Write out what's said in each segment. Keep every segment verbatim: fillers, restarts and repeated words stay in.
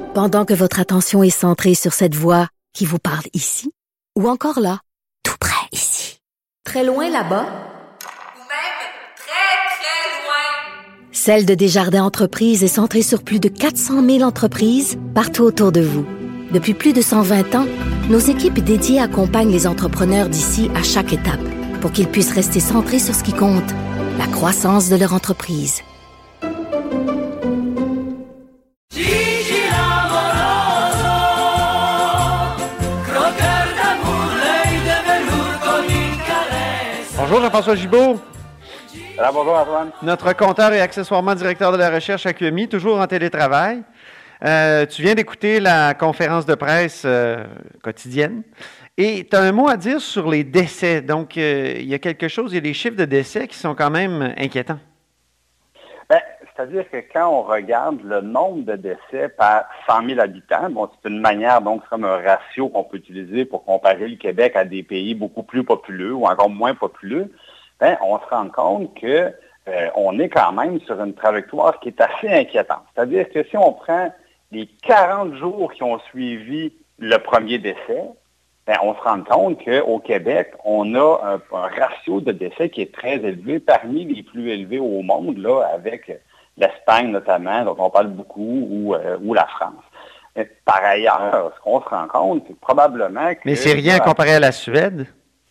Pendant que votre attention est centrée sur cette voix qui vous parle ici, ou encore là, tout près ici, très loin là-bas, ou même très, très loin. Celle de Desjardins Entreprises est centrée sur plus de quatre cent mille entreprises partout autour de vous. Depuis plus de cent vingt ans, nos équipes dédiées accompagnent les entrepreneurs d'ici à chaque étape pour qu'ils puissent rester centrés sur ce qui compte, la croissance de leur entreprise. Bonjour Jean-François Gibault. Alors, bonjour Antoine. Notre compteur et accessoirement directeur de la recherche à Q M I, toujours en télétravail. Euh, tu viens d'écouter la conférence de presse euh, quotidienne et tu as un mot à dire sur les décès. Donc, euh, il y a quelque chose, il y a des chiffres de décès qui sont quand même inquiétants. Bien, c'est-à-dire que quand on regarde le nombre de décès par cent mille habitants, bon, c'est une manière, donc c'est comme un ratio qu'on peut utiliser pour comparer le Québec à des pays beaucoup plus populeux ou encore moins populeux, bien, on se rend compte que euh, on est quand même sur une trajectoire qui est assez inquiétante. C'est-à-dire que si on prend les quarante jours qui ont suivi le premier décès, bien, on se rend compte qu'au Québec, on a un, un ratio de décès qui est très élevé, parmi les plus élevés au monde, là, avec l'Espagne notamment, dont on parle beaucoup, ou, euh, ou la France. Mais par ailleurs, ce qu'on se rend compte, c'est probablement que... Mais c'est rien là, comparé à la Suède?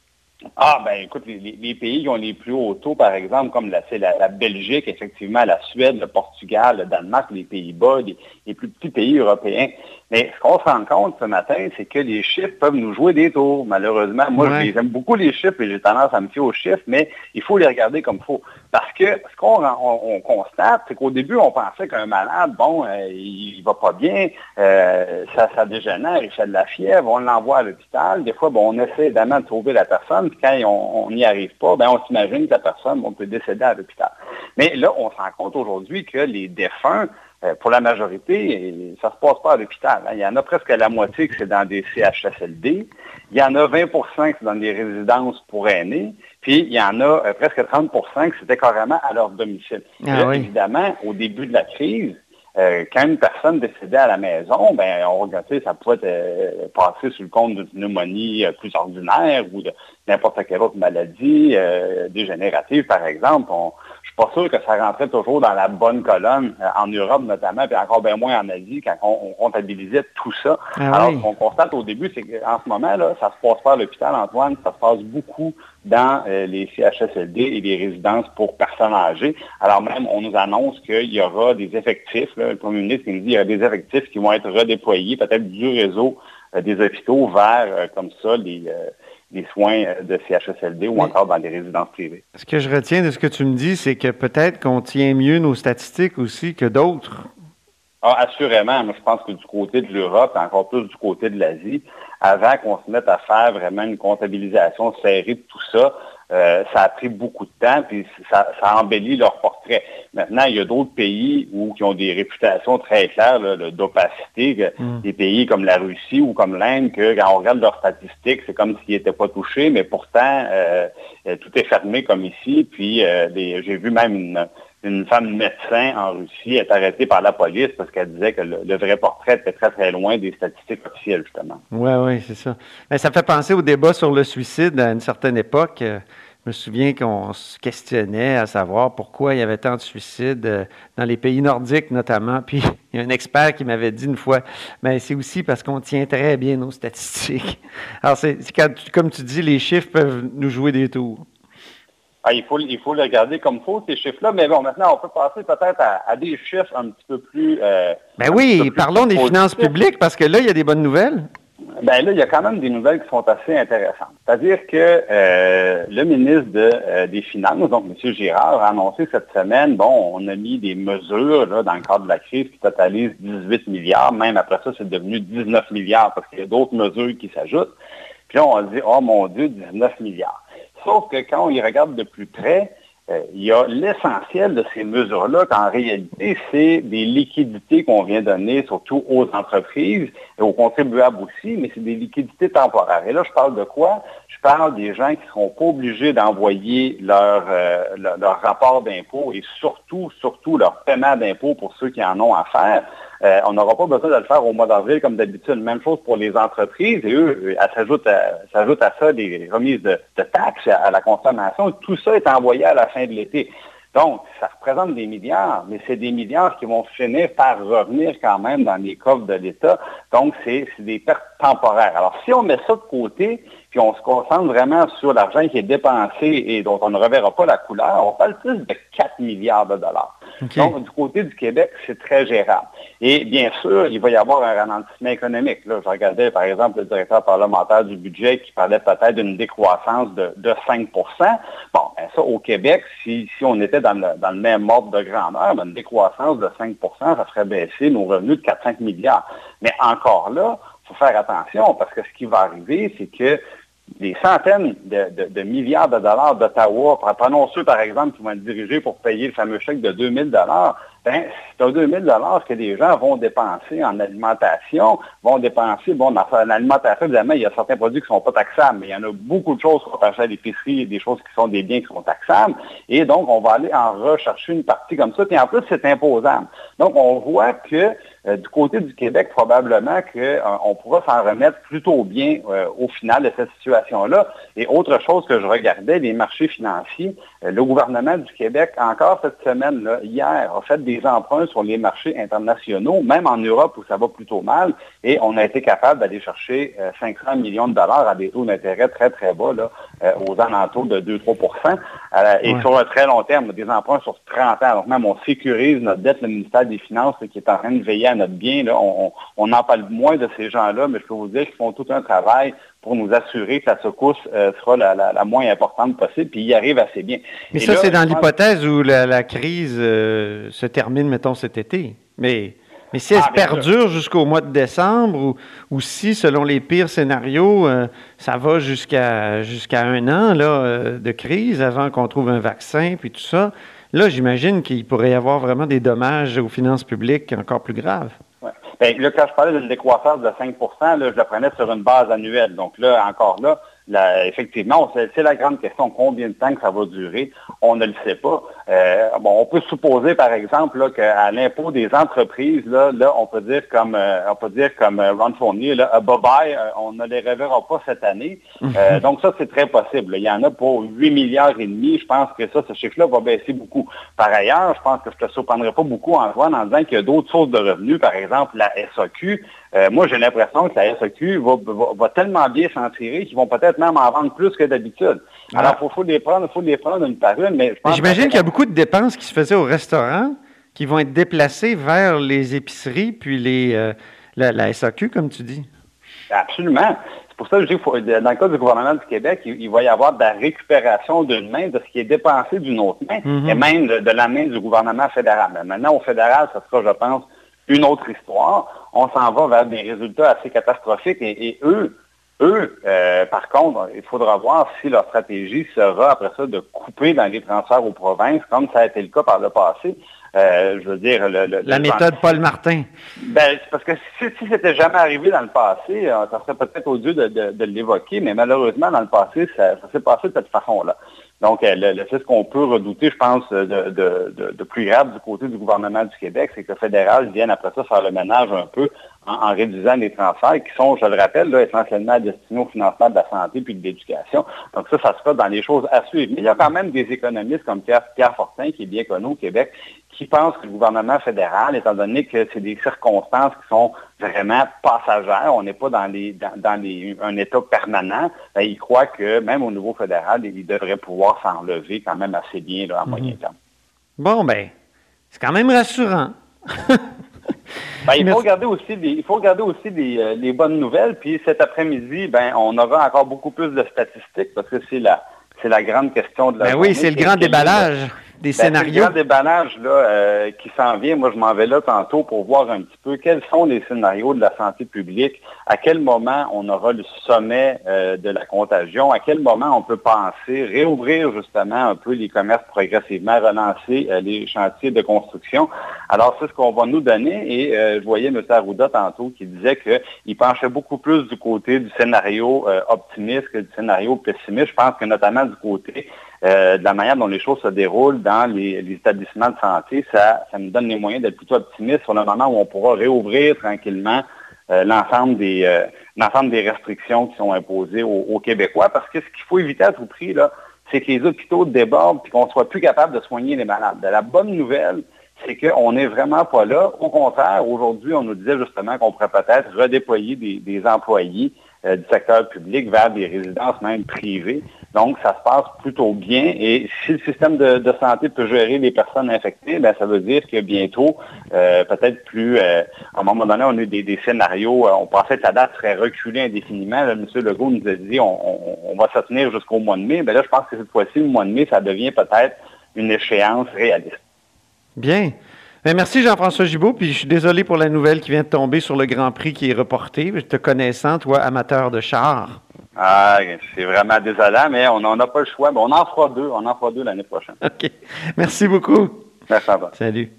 Ah, ben écoute, les, les pays qui ont les plus hauts taux, par exemple, comme la, la, la Belgique, effectivement, la Suède, le Portugal, le Danemark, les Pays-Bas, les, les plus petits pays européens. Mais ce qu'on se rend compte ce matin, c'est que les chiffres peuvent nous jouer des tours, malheureusement. Moi, ouais. j'aime beaucoup les chiffres et j'ai tendance à me fier aux chiffres, mais il faut les regarder comme il faut. Parce que ce qu'on on, on constate, c'est qu'au début, on pensait qu'un malade, bon, euh, il, il va pas bien, euh, ça, ça dégénère, il fait de la fièvre, on l'envoie à l'hôpital. Des fois, bon, on essaie évidemment de trouver la personne, puis quand on n'y arrive pas, ben on s'imagine que la personne on peut décéder à l'hôpital. Mais là, on se rend compte aujourd'hui que les défunts, euh, pour la majorité, ça ne se passe pas à l'hôpital. Hein. Il y en a presque la moitié que c'est dans des C H S L D. Il y en a vingt pour cent que c'est dans des résidences pour aînés. Puis, il y en a euh, presque trente pour cent que c'était carrément à leur domicile. Ah, là, oui. Évidemment, au début de la crise, euh, quand une personne décédait à la maison, ben on regardait, ça pouvait euh, passer sur le compte d'une pneumonie euh, plus ordinaire ou de n'importe quelle autre maladie euh, dégénérative, par exemple. On, je suis pas sûr que ça rentrait toujours dans la bonne colonne, euh, en Europe notamment, puis encore bien moins en Asie, quand on, on comptabilisait tout ça. Ah, Alors, oui. ce qu'on constate au début, c'est qu'en ce moment, là, ça se passe pas à l'hôpital, Antoine, ça se passe beaucoup dans euh, les C H S L D et les résidences pour personnes âgées. Alors même, on nous annonce qu'il y aura des effectifs, là, le premier ministre qui nous dit qu'il y a des effectifs qui vont être redéployés, peut-être du réseau euh, des hôpitaux vers, euh, comme ça, les... Euh, des soins de C H S L D ou Mais, encore dans des résidences privées. Ce que je retiens de ce que tu me dis, c'est que peut-être qu'on tient mieux nos statistiques aussi que d'autres. Ah, assurément, moi je pense que du côté de l'Europe, et encore plus du côté de l'Asie, avant qu'on se mette à faire vraiment une comptabilisation serrée de tout ça, euh, ça a pris beaucoup de temps, puis ça, ça embellit leur portrait. Maintenant, il y a d'autres pays où, qui ont des réputations très claires là, d'opacité, que, mm. des pays comme la Russie ou comme l'Inde, que quand on regarde leurs statistiques, c'est comme s'ils n'étaient pas touchés, mais pourtant, euh, tout est fermé comme ici. Puis, euh, des, j'ai vu même une... Une femme médecin en Russie est arrêtée par la police parce qu'elle disait que le, le vrai portrait était très, très loin des statistiques officielles, justement. Oui, oui, c'est ça. Mais ça fait penser au débat sur le suicide à une certaine époque. Je me souviens qu'on se questionnait à savoir pourquoi il y avait tant de suicides dans les pays nordiques, notamment. Puis, il y a un expert qui m'avait dit une fois, mais c'est aussi parce qu'on tient très bien nos statistiques. Alors, c'est, c'est quand, comme tu dis, les chiffres peuvent nous jouer des tours. Ah, il faut, il faut le regarder comme il faut, ces chiffres-là. Mais bon, maintenant, on peut passer peut-être à, à des chiffres un petit peu plus... Euh, ben oui, parlons des finances publiques, parce que là, il y a des bonnes nouvelles. Ben là, il y a quand même des nouvelles qui sont assez intéressantes. C'est-à-dire que euh, le ministre de, euh, des Finances, donc M. Girard, a annoncé cette semaine, bon, on a mis des mesures là, dans le cadre de la crise qui totalisent dix-huit milliards. Même après ça, c'est devenu dix-neuf milliards parce qu'il y a d'autres mesures qui s'ajoutent. Puis là, on a dit, oh mon Dieu, dix-neuf milliards. Sauf que quand on y regarde de plus près, euh, il y a l'essentiel de ces mesures-là qu'en réalité, c'est des liquidités qu'on vient donner surtout aux entreprises et aux contribuables aussi, mais c'est des liquidités temporaires. Et là, je parle de quoi? Je parle des gens qui ne seront pas obligés d'envoyer leur, euh, leur, leur rapport d'impôt et surtout, surtout leur paiement d'impôt pour ceux qui en ont à faire. Euh, on n'aura pas besoin de le faire au mois d'avril comme d'habitude. Même chose pour les entreprises. Et eux, elles s'ajoutent à, s'ajoutent à ça des remises de, de taxes à, à la consommation. Tout ça est envoyé à la fin de l'été. Donc, ça représente des milliards, mais c'est des milliards qui vont finir par revenir quand même dans les coffres de l'État. Donc, c'est, c'est des pertes temporaires. Alors, si on met ça de côté, puis on se concentre vraiment sur l'argent qui est dépensé et dont on ne reverra pas la couleur, on parle plus de quatre milliards de dollars. Okay. Donc, du côté du Québec, c'est très gérable. Et bien sûr, il va y avoir un ralentissement économique. Là, je regardais, par exemple, le directeur parlementaire du budget qui parlait peut-être d'une décroissance de, de cinq pour cent. Bon, ben ça, au Québec, si, si on était dans le, dans le même ordre de grandeur, ben une décroissance de cinq pour cent, ça ferait baisser nos revenus de quatre à cinq milliards. Mais encore là, il faut faire attention parce que ce qui va arriver, c'est que des centaines de, de, de milliards de dollars d'Ottawa, prenons ceux, par exemple, qui vont être dirigés pour payer le fameux chèque de deux mille dollars, ben, c'est un deux mille dollars que les gens vont dépenser en alimentation, vont dépenser, bon, dans l'alimentation, évidemment, il y a certains produits qui ne sont pas taxables, mais il y en a beaucoup de choses qu'on peut acheter à l'épicerie, des choses qui sont des biens qui sont taxables, et donc, on va aller en rechercher une partie comme ça, puis en plus, c'est imposable. Donc, on voit que euh, du côté du Québec, probablement qu'on euh, pourra s'en remettre plutôt bien euh, au final de cette situation-là. Et autre chose que je regardais, les marchés financiers, euh, le gouvernement du Québec, encore cette semaine, là, hier, a fait des emprunts sur les marchés internationaux, même en Europe où ça va plutôt mal, et on a été capable d'aller chercher euh, cinq cents millions de dollars à des taux d'intérêt très, très bas, là, euh, aux alentours de deux à trois pour cent, euh, et ouais. Sur un très long terme, des emprunts sur trente ans. Donc même, on sécurise notre dette, le ministère des Finances, là, qui est en train de veiller à notre bien. Là, on, on en parle moins de ces gens-là, mais je peux vous dire qu'ils font tout un travail pour nous assurer que la secousse euh, sera la, la, la moins importante possible, puis ils y arrivent assez bien. Mais et ça, là, c'est dans pense... l'hypothèse où la, la crise euh, se termine, mettons, cet été. Mais, mais si elle ah, se perdure jusqu'au mois de décembre, ou, ou si, selon les pires scénarios, euh, ça va jusqu'à jusqu'à un an là, euh, de crise avant qu'on trouve un vaccin, puis tout ça, là, j'imagine qu'il pourrait y avoir vraiment des dommages aux finances publiques encore plus graves. Ouais. Bien, là, quand je parlais d'une décroissance de cinq pour cent, là, je la prenais sur une base annuelle. Donc là, encore là, là effectivement, c'est, c'est la grande question. Combien de temps que ça va durer? On ne le sait pas. Euh, bon, on peut supposer, par exemple, là, qu'à l'impôt des entreprises, là, là, on peut dire comme euh, on peut dire comme euh, Ron Fournier, là, uh, bye-bye, euh, on ne les reverra pas cette année. Euh, donc ça, c'est très possible. Il y en a pour huit milliards et demi. Je pense que ça, ce chiffre-là va baisser beaucoup. Par ailleurs, je pense que je ne te surprendrai pas beaucoup, Antoine, en disant qu'il y a d'autres sources de revenus, par exemple la S A Q. Euh, moi, j'ai l'impression que la S A Q va, va, va tellement bien s'en tirer qu'ils vont peut-être même en vendre plus que d'habitude. Ah. Alors, il faut, faut les prendre, faut les prendre une par une, mais je pense J'imagine qu'il y a beaucoup de dépenses qui se faisaient au restaurant qui vont être déplacées vers les épiceries puis les euh, la, la S A Q, comme tu dis. Absolument. C'est pour ça que je dis qu'il faut, dans le cas du gouvernement du Québec, il, il va y avoir de la récupération d'une main de ce qui est dépensé d'une autre main, mm-hmm. et même de, de la main du gouvernement fédéral. Mais maintenant, au fédéral, ça sera, je pense, une autre histoire. On s'en va vers des résultats assez catastrophiques et, et eux, eux, euh, par contre, il faudra voir si leur stratégie sera, après ça, de couper dans les transferts aux provinces, comme ça a été le cas par le passé. Euh, je veux dire... Le, le, la le méthode genre... Paul Martin. Ben, c'est parce que si, si c'était jamais arrivé dans le passé, euh, ça serait peut-être odieux de, de, de l'évoquer, mais malheureusement, dans le passé, ça, ça s'est passé de cette façon-là. Donc, le, le, c'est ce qu'on peut redouter, je pense, de, de, de, de plus grave du côté du gouvernement du Québec, c'est que le fédéral vienne après ça faire le ménage un peu en, en réduisant les transferts qui sont, je le rappelle, là, essentiellement destinés au financement de la santé puis de l'éducation. Donc ça, ça se fait dans les choses à suivre. Mais il y a quand même des économistes comme Pierre, Pierre Fortin, qui est bien connu au Québec, qui pensent que le gouvernement fédéral, étant donné que c'est des circonstances qui sont vraiment passagères, on n'est pas dans les dans, dans les, un état permanent, ben, ils croient que même au niveau fédéral, ils devraient pouvoir s'enlever quand même assez bien là, en mm-hmm. moyen terme. Bon, ben, c'est quand même rassurant. Ben, il faut regarder aussi des, il faut regarder aussi des, euh, les bonnes nouvelles. Puis cet après-midi, ben, on aura encore beaucoup plus de statistiques parce que c'est la, c'est la grande question de la ben journée. Oui, c'est le grand déballage des ben, scénarios. C'est le grand déballage là, euh, qui s'en vient. Moi, je m'en vais là tantôt pour voir un petit peu quels sont les scénarios de la santé publique, à quel moment on aura le sommet euh, de la contagion, à quel moment on peut penser réouvrir justement un peu les commerces progressivement, relancer euh, les chantiers de construction. Alors, c'est ce qu'on va nous donner et euh, je voyais M. Arruda tantôt qui disait qu'il penchait beaucoup plus du côté du scénario euh, optimiste que du scénario pessimiste. Je pense que notamment du côté euh, de la manière dont les choses se déroulent dans les, les établissements de santé, ça, ça nous donne les moyens d'être plutôt optimistes sur le moment où on pourra réouvrir tranquillement euh, l'ensemble des euh, l'ensemble des restrictions qui sont imposées aux, aux Québécois. Parce que ce qu'il faut éviter à tout prix, là, c'est que les hôpitaux débordent et qu'on ne soit plus capable de soigner les malades. De la bonne nouvelle, c'est qu'on n'est vraiment pas là. Au contraire, aujourd'hui, on nous disait justement qu'on pourrait peut-être redéployer des, des employés euh, du secteur public vers des résidences même privées. Donc, ça se passe plutôt bien. Et si le système de, de santé peut gérer les personnes infectées, bien, ça veut dire que bientôt, euh, peut-être plus, euh, à un moment donné, on a eu des, des scénarios, euh, on pensait que la date serait reculée indéfiniment. Là, M. Legault nous a dit on, on, on va se tenir jusqu'au mois de mai. Bien là, je pense que cette fois-ci, le mois de mai, ça devient peut-être une échéance réaliste. Bien. Bien, merci Jean-François Gibault, puis je suis désolé pour la nouvelle qui vient de tomber sur le Grand Prix qui est reporté. Te connaissant, toi, amateur de chars. Ah, c'est vraiment désolant, mais on n'en a pas le choix. Mais on en fera deux. On en fera deux l'année prochaine. OK. Merci beaucoup. Merci à toi. Salut.